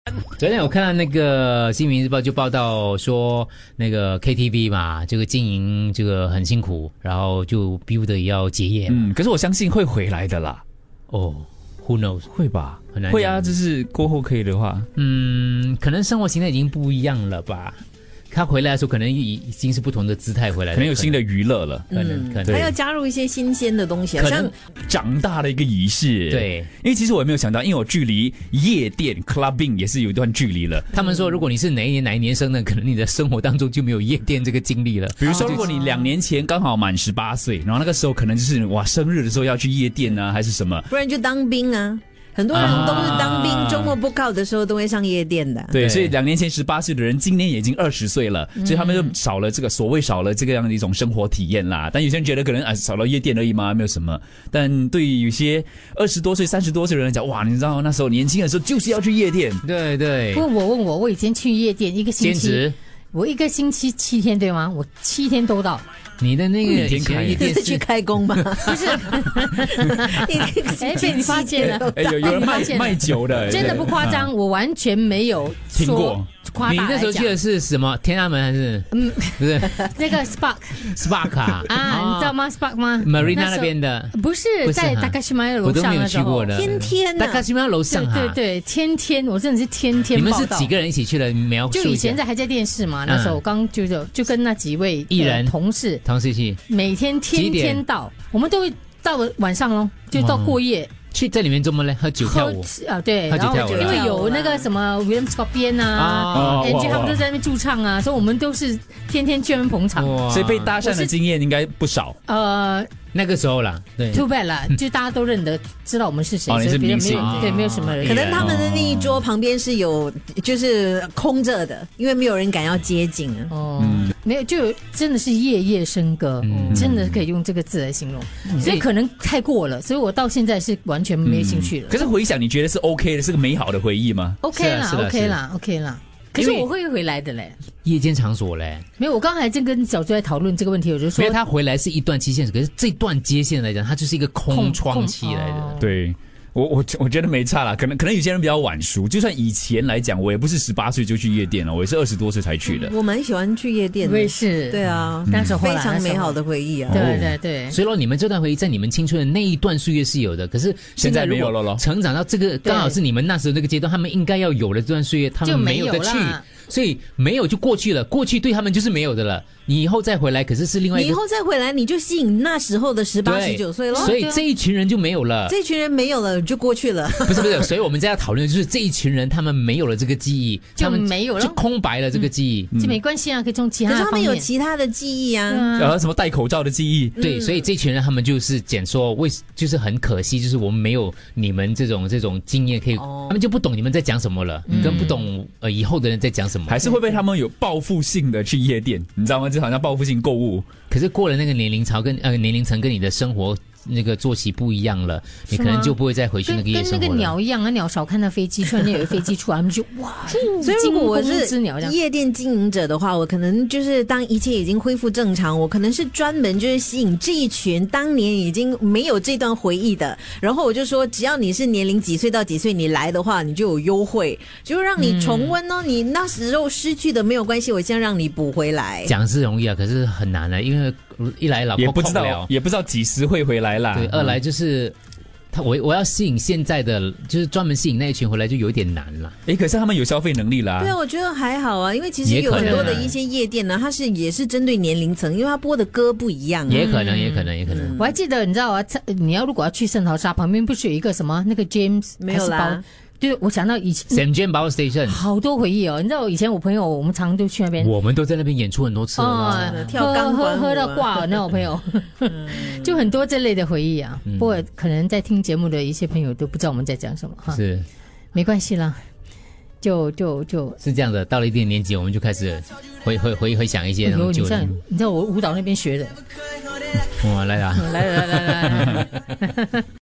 昨天我看到那个新民日报就报道说，那个 KTV 嘛，这个经营这个很辛苦，然后就逼不得已要结业。 可是我相信会回来的啦。 哦，Who knows？ 会吧？ 很难会啊，就是过后可以的话， 可能生活形态已经不一样了吧。他回来的时候，可能已经是不同的姿态回来了， 可能有新的娱乐了， 可能他要加入一些新鲜的东西， 可能长大的一个仪式。 对， 因为其实我也没有想到，因为我距离夜店 clubbing 也是有一段距离了。 他们说，如果你是哪一年生的，可能你的生活当中就没有夜店这个经历了。 比如说，如果你2年前刚好满18岁，然后那个时候可能就是生日的时候要去夜店啊，还是什么， 不然就当兵啊。很多人都是当兵，周末不靠的时候都会上夜店的。 对，所以2年前18岁的人，今年也已经20岁了，所以他们就少了这个这个样的一种生活体验啦。但有些人觉得可能少了夜店而已嘛，没有什么。但对于有些20多岁、30多岁的人来讲，哇，你知道那时候年轻的时候就是要去夜店。 对对。 问我以前去夜店一个星期，我一个星期7天对吗？我7天都到。 你的那个夜店是去开工吗？ 不是，被你发现了。 有人卖酒的， 真的不夸张，我完全没有听过。 你那时候去的是什么？天安门还是？不是那个 Spark 啊？ 你知道吗 ？Spark 吗 ？Marina 那边的不是在Takashimaya楼上， 我都没有去过的。 天呐 ，Takashimaya楼上对，天，我真的是天报道。 你们是几个人一起去的？描述一下。 就以前还在电视嘛，那时候我刚就跟那几位艺人同事一起， 每天天到，我们都会到晚上咯，就到过夜。 去在里面做么呢？喝酒跳舞啊，对，然后因为有那个什么 William Scorpion 啊，Angie 他们都在那边驻唱啊，所以我们都是天去那边捧场， 所以被搭讪的经验应该不少。 那个时候啦，对 ，Too bad 啦，就大家都认得，知道我们是谁， 你是明星， 对，没有什么人。 可能他们的那一桌旁边是有，就是空着的，因为没有人敢要接近啊。 没有，就真的是夜夜笙歌，真的可以用这个字来形容，所以可能太过了，所以我到现在是完全没兴趣了。 可是回想，你觉得是 OK 的，是个美好的回忆吗 ？OK 啦。可是我会回来的嘞， 夜间场所嘞， 没有。我刚才正跟小朱在讨论这个问题，我就说， 因为他回来是一段期限，可是这段接线来讲，它就是一个空窗期来的。 对，我觉得没差啦，可能有些人比较晚熟，就算以前来讲，我也不是18岁就去夜店了，我也是20多岁才去的。 我蛮喜欢去夜店的， 我也是， 对啊， 那时候非常美好的回忆啊。 对。 所以说，你们这段回忆在你们青春的那一段岁月是有的，可是现在没有了咯。 成长到这个刚好是你们那时候那个阶段，他们应该要有的这段岁月，他们没有的去。所以没有就过去了，过去对他们就是没有的了。你以后再回来，可是另外一个。 你以后再回来，你就吸引那时候的18、19岁了。 所以这一群人就没有了。 这一群人没有了，就过去了。 不是，所以我们在要讨论的就是这一群人，他们没有了这个记忆， 就没有了， 就空白了这个记忆。 这没关系啊，可以从其他的方面。 可是他们有其他的记忆啊， 什么戴口罩的记忆。 对，所以这群人他们就是讲说，就是很可惜，就是我们没有你们这种经验可以，他们就不懂你们在讲什么了，跟不懂以后的人在讲什么。 还是会被他们有报复性的去夜店，你知道吗？就好像报复性购物。 可是过了那个年龄槽跟年龄层，跟你的生活那个作息不一样了，你可能就不会再回去那个夜生活了。 跟那个鸟一样啊，鸟少看到飞机，突然间有飞机出来，他们就哇！ 所以如果我是夜店经营者的话，我可能就是当一切已经恢复正常，我可能是专门就是吸引这一群当年已经没有这段回忆的，然后我就说，只要你是年龄几岁到几岁，你来的话，你就有优惠，就让你重温哦。你那时候失去的没有关系，我先让你补回来。 讲是容易啊，可是很难啊，因为一来老婆也不知道几时会回来啦。 对，二来就是我要吸引现在的，就是专门吸引那一群回来，就有一点难了。 可是他们有消费能力啦。 对啊，我觉得还好啊，因为其实有很多的一些夜店呢，它也是针对年龄层，因为它播的歌不一样啊。 也可能。 我还记得，你知道啊，你如果要去圣淘沙旁边，不是有一个什么那个 James 没有啦？ 对，我想到以前 St. James Power Station 好多回忆哦。你知道以前我朋友，我们常都去那边， 我们都在那边演出很多次了， 跳钢管喝到挂那我朋友，就很多这类的回忆啊。不过可能在听节目的一些朋友都不知道我们在讲什么哈。 是， 没关系啦，就是这样的。到了一定年纪，我们就开始回想一些那种旧的。 你知道我舞蹈那边学的， 哇，来啦， 来。